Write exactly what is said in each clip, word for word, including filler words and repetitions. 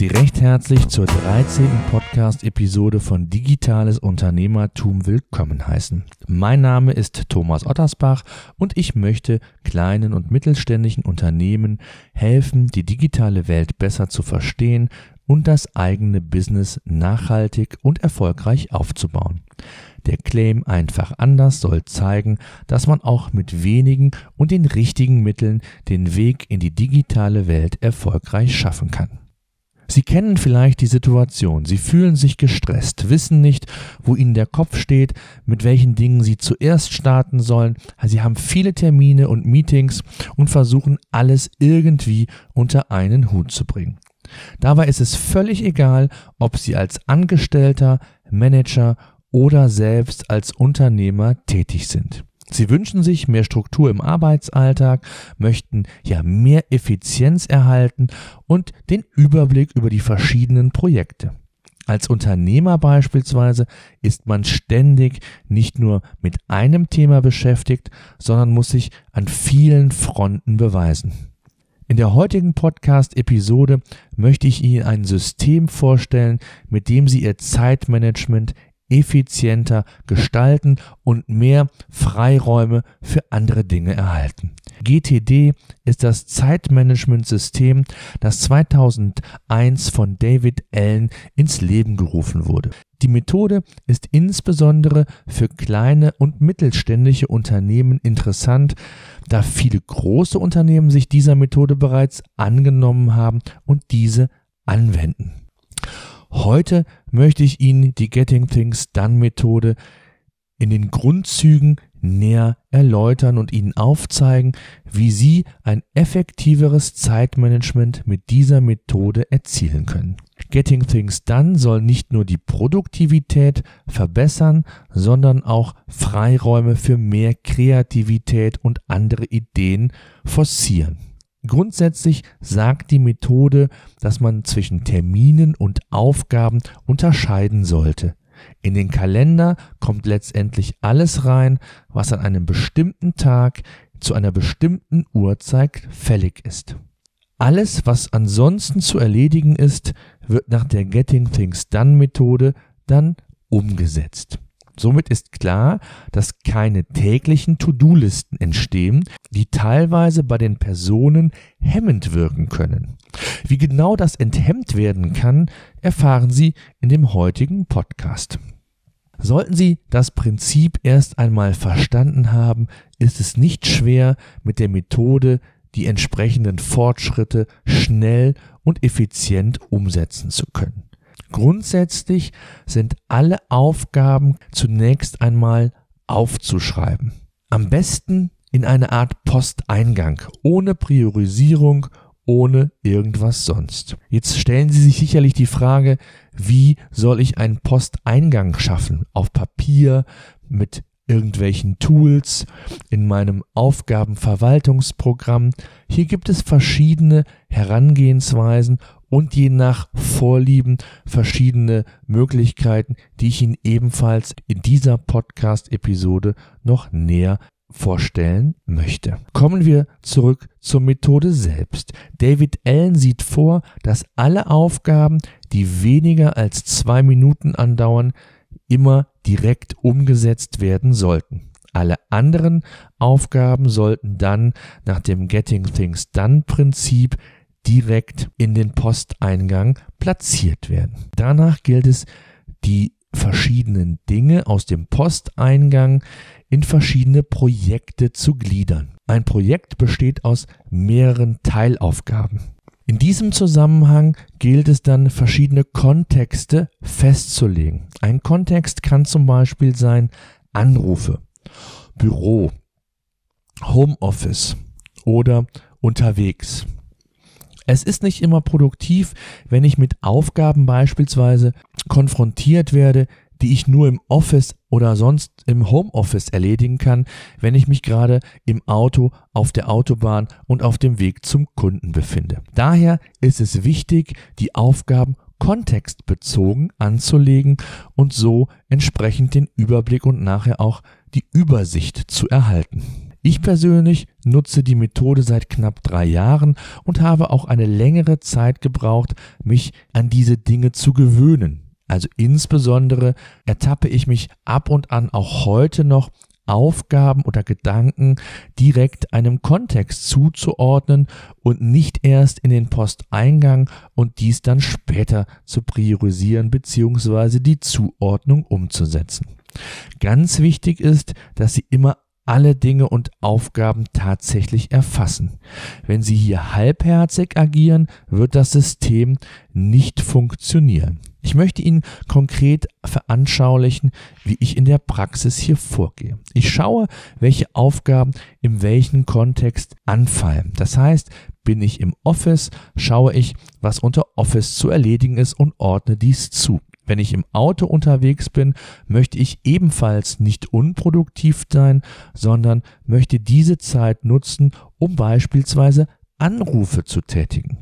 Sie recht herzlich zur dreizehnten Podcast-Episode von Digitales Unternehmertum willkommen heißen. Mein Name ist Thomas Ottersbach und ich möchte kleinen und mittelständischen Unternehmen helfen, die digitale Welt besser zu verstehen und das eigene Business nachhaltig und erfolgreich aufzubauen. Der Claim "Einfach anders" soll zeigen, dass man auch mit wenigen und den richtigen Mitteln den Weg in die digitale Welt erfolgreich schaffen kann. Sie kennen vielleicht die Situation, Sie fühlen sich gestresst, wissen nicht, wo Ihnen der Kopf steht, mit welchen Dingen Sie zuerst starten sollen. Sie haben viele Termine und Meetings und versuchen alles irgendwie unter einen Hut zu bringen. Dabei ist es völlig egal, ob Sie als Angestellter, Manager oder selbst als Unternehmer tätig sind. Sie wünschen sich mehr Struktur im Arbeitsalltag, möchten ja mehr Effizienz erhalten und den Überblick über die verschiedenen Projekte. Als Unternehmer beispielsweise ist man ständig nicht nur mit einem Thema beschäftigt, sondern muss sich an vielen Fronten beweisen. In der heutigen Podcast-Episode möchte ich Ihnen ein System vorstellen, mit dem Sie Ihr Zeitmanagement effizienter gestalten und mehr Freiräume für andere Dinge erhalten. G T D ist das Zeitmanagementsystem, das zweitausendeins von David Allen ins Leben gerufen wurde. Die Methode ist insbesondere für kleine und mittelständische Unternehmen interessant, da viele große Unternehmen sich dieser Methode bereits angenommen haben und diese anwenden. Heute möchte ich Ihnen die Getting Things Done Methode in den Grundzügen näher erläutern und Ihnen aufzeigen, wie Sie ein effektiveres Zeitmanagement mit dieser Methode erzielen können. Getting Things Done soll nicht nur die Produktivität verbessern, sondern auch Freiräume für mehr Kreativität und andere Ideen forcieren. Grundsätzlich sagt die Methode, dass man zwischen Terminen und Aufgaben unterscheiden sollte. In den Kalender kommt letztendlich alles rein, was an einem bestimmten Tag zu einer bestimmten Uhrzeit fällig ist. Alles, was ansonsten zu erledigen ist, wird nach der Getting Things Done Methode dann umgesetzt. Somit ist klar, dass keine täglichen To-Do-Listen entstehen, die teilweise bei den Personen hemmend wirken können. Wie genau das enthemmt werden kann, erfahren Sie in dem heutigen Podcast. Sollten Sie das Prinzip erst einmal verstanden haben, ist es nicht schwer, mit der Methode die entsprechenden Fortschritte schnell und effizient umsetzen zu können. Grundsätzlich sind alle Aufgaben zunächst einmal aufzuschreiben. Am besten in eine Art Posteingang, ohne Priorisierung, ohne irgendwas sonst. Jetzt stellen Sie sich sicherlich die Frage, wie soll ich einen Posteingang schaffen? Auf Papier, mit irgendwelchen Tools, in meinem Aufgabenverwaltungsprogramm. Hier gibt es verschiedene Herangehensweisen und je nach Vorlieben verschiedene Möglichkeiten, die ich Ihnen ebenfalls in dieser Podcast-Episode noch näher vorstellen möchte. Kommen wir zurück zur Methode selbst. David Allen sieht vor, dass alle Aufgaben, die weniger als zwei Minuten andauern, immer direkt umgesetzt werden sollten. Alle anderen Aufgaben sollten dann nach dem Getting Things Done Prinzip direkt in den Posteingang platziert werden. Danach gilt es, die verschiedenen Dinge aus dem Posteingang in verschiedene Projekte zu gliedern. Ein Projekt besteht aus mehreren Teilaufgaben. In diesem Zusammenhang gilt es dann, verschiedene Kontexte festzulegen. Ein Kontext kann zum Beispiel sein Anrufe, Büro, Homeoffice oder unterwegs. Es ist nicht immer produktiv, wenn ich mit Aufgaben beispielsweise konfrontiert werde, die ich nur im Office oder sonst im Homeoffice erledigen kann, wenn ich mich gerade im Auto, auf der Autobahn und auf dem Weg zum Kunden befinde. Daher ist es wichtig, die Aufgaben kontextbezogen anzulegen und so entsprechend den Überblick und nachher auch die Übersicht zu erhalten. Ich persönlich nutze die Methode seit knapp drei Jahren und habe auch eine längere Zeit gebraucht, mich an diese Dinge zu gewöhnen. Also insbesondere ertappe ich mich ab und an auch heute noch, Aufgaben oder Gedanken direkt einem Kontext zuzuordnen und nicht erst in den Posteingang und dies dann später zu priorisieren bzw. die Zuordnung umzusetzen. Ganz wichtig ist, dass Sie immer alle Dinge und Aufgaben tatsächlich erfassen. Wenn Sie hier halbherzig agieren, wird das System nicht funktionieren. Ich möchte Ihnen konkret veranschaulichen, wie ich in der Praxis hier vorgehe. Ich schaue, welche Aufgaben in welchem Kontext anfallen. Das heißt, bin ich im Office, schaue ich, was unter Office zu erledigen ist und ordne dies zu. Wenn ich im Auto unterwegs bin, möchte ich ebenfalls nicht unproduktiv sein, sondern möchte diese Zeit nutzen, um beispielsweise Anrufe zu tätigen.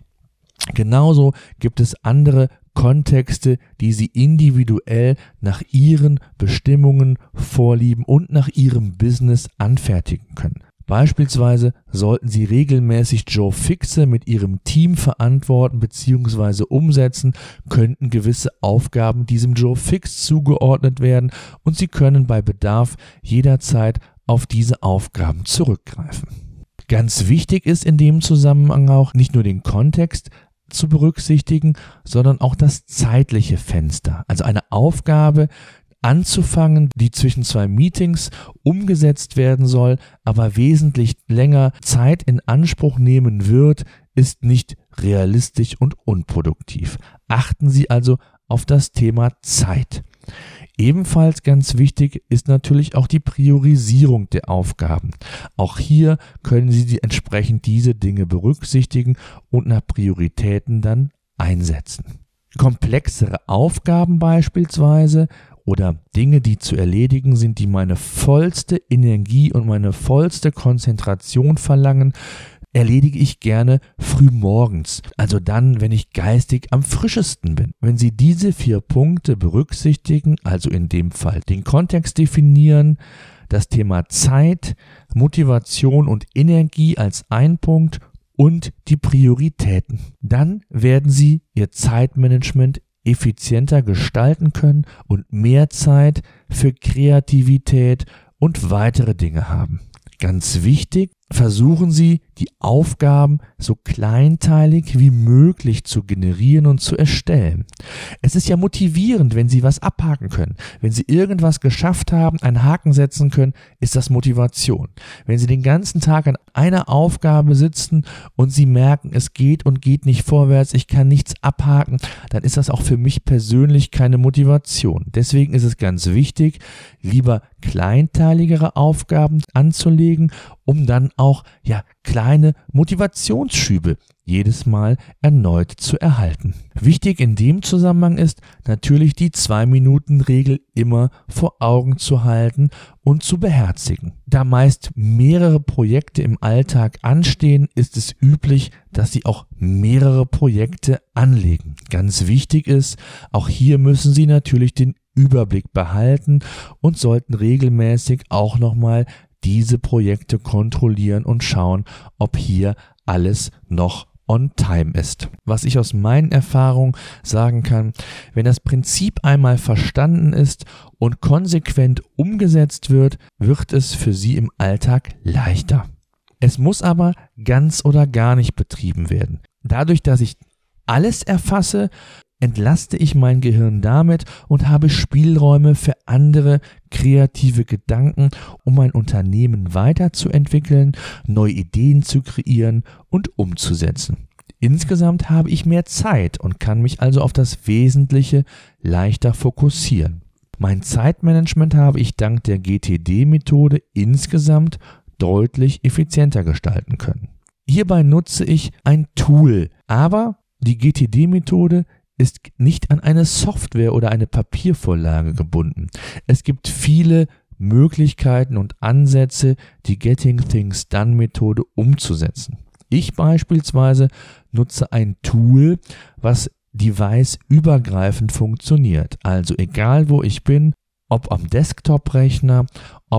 Genauso gibt es andere Kontexte, die Sie individuell nach Ihren Bestimmungen, Vorlieben und nach Ihrem Business anfertigen können. Beispielsweise sollten Sie regelmäßig Joe Fixe mit Ihrem Team verantworten bzw. umsetzen, könnten gewisse Aufgaben diesem Joe Fix zugeordnet werden und Sie können bei Bedarf jederzeit auf diese Aufgaben zurückgreifen. Ganz wichtig ist in dem Zusammenhang auch nicht nur den Kontext zu berücksichtigen, sondern auch das zeitliche Fenster. Also eine Aufgabe anzufangen, die zwischen zwei Meetings umgesetzt werden soll, aber wesentlich länger Zeit in Anspruch nehmen wird, ist nicht realistisch und unproduktiv. Achten Sie also auf das Thema Zeit. Ebenfalls ganz wichtig ist natürlich auch die Priorisierung der Aufgaben. Auch hier können Sie die, entsprechend diese Dinge berücksichtigen und nach Prioritäten dann einsetzen. Komplexere Aufgaben beispielsweise oder Dinge, die zu erledigen sind, die meine vollste Energie und meine vollste Konzentration verlangen, erledige ich gerne frühmorgens, also dann, wenn ich geistig am frischesten bin. Wenn Sie diese vier Punkte berücksichtigen, also in dem Fall den Kontext definieren, das Thema Zeit, Motivation und Energie als ein Punkt und die Prioritäten, dann werden Sie Ihr Zeitmanagement effizienter gestalten können und mehr Zeit für Kreativität und weitere Dinge haben. Ganz wichtig, versuchen Sie, die Aufgaben so kleinteilig wie möglich zu generieren und zu erstellen. Es ist ja motivierend, wenn Sie was abhaken können. Wenn Sie irgendwas geschafft haben, einen Haken setzen können, ist das Motivation. Wenn Sie den ganzen Tag an einer Aufgabe sitzen und Sie merken, es geht und geht nicht vorwärts, ich kann nichts abhaken, dann ist das auch für mich persönlich keine Motivation. Deswegen ist es ganz wichtig, lieber kleinteiligere Aufgaben anzulegen, um dann auch ja kleine Motivationsschübe jedes Mal erneut zu erhalten. Wichtig in dem Zusammenhang ist natürlich die Zwei-Minuten-Regel immer vor Augen zu halten und zu beherzigen. Da meist mehrere Projekte im Alltag anstehen, ist es üblich, dass Sie auch mehrere Projekte anlegen. Ganz wichtig ist, auch hier müssen Sie natürlich den Überblick behalten und sollten regelmäßig auch nochmal diese Projekte kontrollieren und schauen, ob hier alles noch on time ist. Was ich aus meinen Erfahrungen sagen kann, wenn das Prinzip einmal verstanden ist und konsequent umgesetzt wird, wird es für Sie im Alltag leichter. Es muss aber ganz oder gar nicht betrieben werden. Dadurch, dass ich alles erfasse, entlaste ich mein Gehirn damit und habe Spielräume für andere kreative Gedanken, um mein Unternehmen weiterzuentwickeln, neue Ideen zu kreieren und umzusetzen. Insgesamt habe ich mehr Zeit und kann mich also auf das Wesentliche leichter fokussieren. Mein Zeitmanagement habe ich dank der G T D-Methode insgesamt deutlich effizienter gestalten können. Hierbei nutze ich ein Tool, aber die G T D-Methode ist nicht an eine Software oder eine Papiervorlage gebunden. Es gibt viele Möglichkeiten und Ansätze, die Getting Things Done Methode umzusetzen. Ich beispielsweise nutze ein Tool, was device-übergreifend funktioniert. Also egal wo ich bin, ob am Desktop-Rechner, ob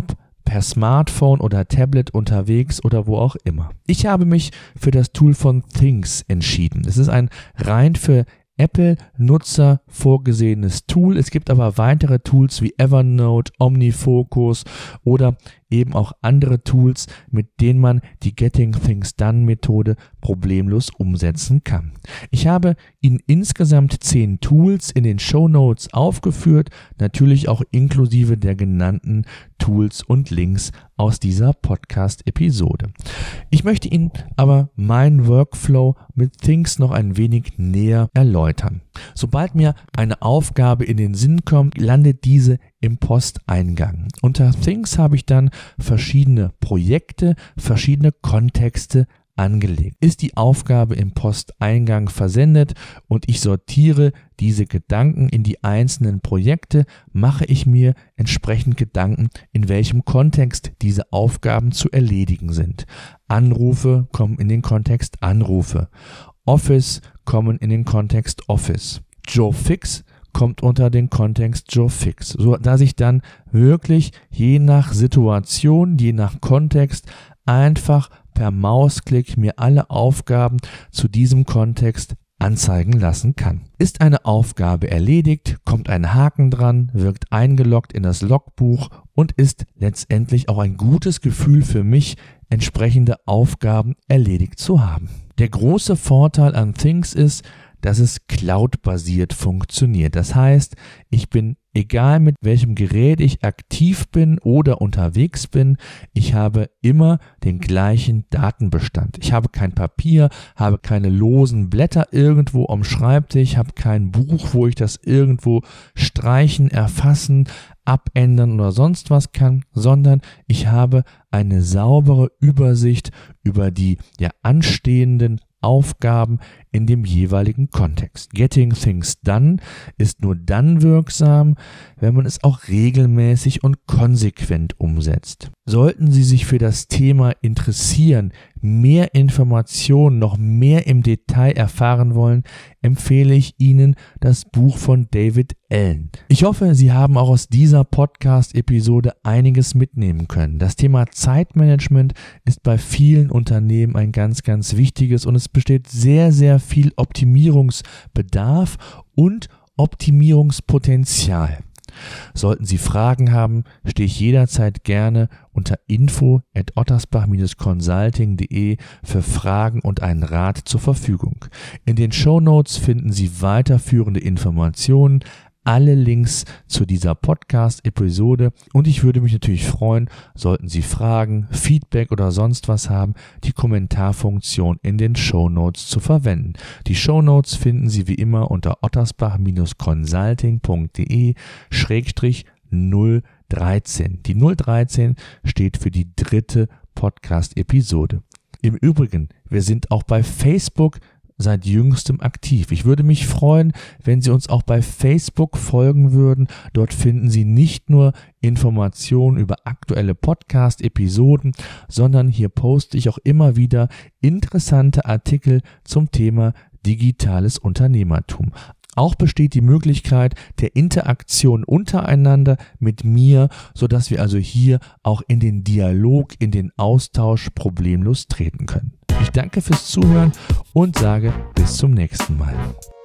per Smartphone oder Tablet unterwegs oder wo auch immer. Ich habe mich für das Tool von Things entschieden. Es ist ein rein für Apple-Nutzer vorgesehenes Tool. Es gibt aber weitere Tools wie Evernote, OmniFocus oder eben auch andere Tools, mit denen man die Getting Things Done Methode problemlos umsetzen kann. Ich habe Ihnen insgesamt zehn Tools in den Shownotes aufgeführt, natürlich auch inklusive der genannten Tools und Links aus dieser Podcast-Episode. Ich möchte Ihnen aber meinen Workflow mit Things noch ein wenig näher erläutern. Sobald mir eine Aufgabe in den Sinn kommt, landet diese im Posteingang. Unter Things habe ich dann verschiedene Projekte, verschiedene Kontexte angelegt. Ist die Aufgabe im Posteingang versendet und ich sortiere diese Gedanken in die einzelnen Projekte, mache ich mir entsprechend Gedanken, in welchem Kontext diese Aufgaben zu erledigen sind. Anrufe kommen in den Kontext Anrufe. Office kommen in den Kontext Office. Joe Fix kommt unter den Kontext Joe Fix, so dass ich dann wirklich je nach Situation, je nach Kontext einfach per Mausklick mir alle Aufgaben zu diesem Kontext anzeigen lassen kann. Ist eine Aufgabe erledigt, kommt ein Haken dran, wirkt eingeloggt in das Logbuch und ist letztendlich auch ein gutes Gefühl für mich, entsprechende Aufgaben erledigt zu haben. Der große Vorteil an Things ist, dass es cloud-basiert funktioniert. Das heißt, ich bin, egal mit welchem Gerät ich aktiv bin oder unterwegs bin, ich habe immer den gleichen Datenbestand. Ich habe kein Papier, habe keine losen Blätter irgendwo am Schreibtisch, habe kein Buch, wo ich das irgendwo streichen, erfassen, abändern oder sonst was kann, sondern ich habe eine saubere Übersicht über die ja anstehenden Aufgaben in dem jeweiligen Kontext. Getting Things Done ist nur dann wirksam, wenn man es auch regelmäßig und konsequent umsetzt. Sollten Sie sich für das Thema interessieren, mehr Informationen, noch mehr im Detail erfahren wollen, empfehle ich Ihnen das Buch von David Allen. Ich hoffe, Sie haben auch aus dieser Podcast-Episode einiges mitnehmen können. Das Thema Zeitmanagement ist bei vielen Unternehmen ein ganz, ganz wichtiges und es besteht sehr, sehr viel Optimierungsbedarf und Optimierungspotenzial. Sollten Sie Fragen haben, stehe ich jederzeit gerne unter info at ottersbach dash consulting punkt de für Fragen und einen Rat zur Verfügung. In den Shownotes finden Sie weiterführende Informationen, alle Links zu dieser Podcast-Episode und ich würde mich natürlich freuen, sollten Sie Fragen, Feedback oder sonst was haben, die Kommentarfunktion in den Shownotes zu verwenden. Die Shownotes finden Sie wie immer unter ottersbach dash consulting punkt de schrägstrich null dreizehn. Die null dreizehn steht für die dritte Podcast-Episode. Im Übrigen, wir sind auch bei Facebook seit jüngstem aktiv. Ich würde mich freuen, wenn Sie uns auch bei Facebook folgen würden. Dort finden Sie nicht nur Informationen über aktuelle Podcast-Episoden, sondern hier poste ich auch immer wieder interessante Artikel zum Thema digitales Unternehmertum. Auch besteht die Möglichkeit der Interaktion untereinander mit mir, sodass wir also hier auch in den Dialog, in den Austausch problemlos treten können. Ich danke fürs Zuhören und sage bis zum nächsten Mal.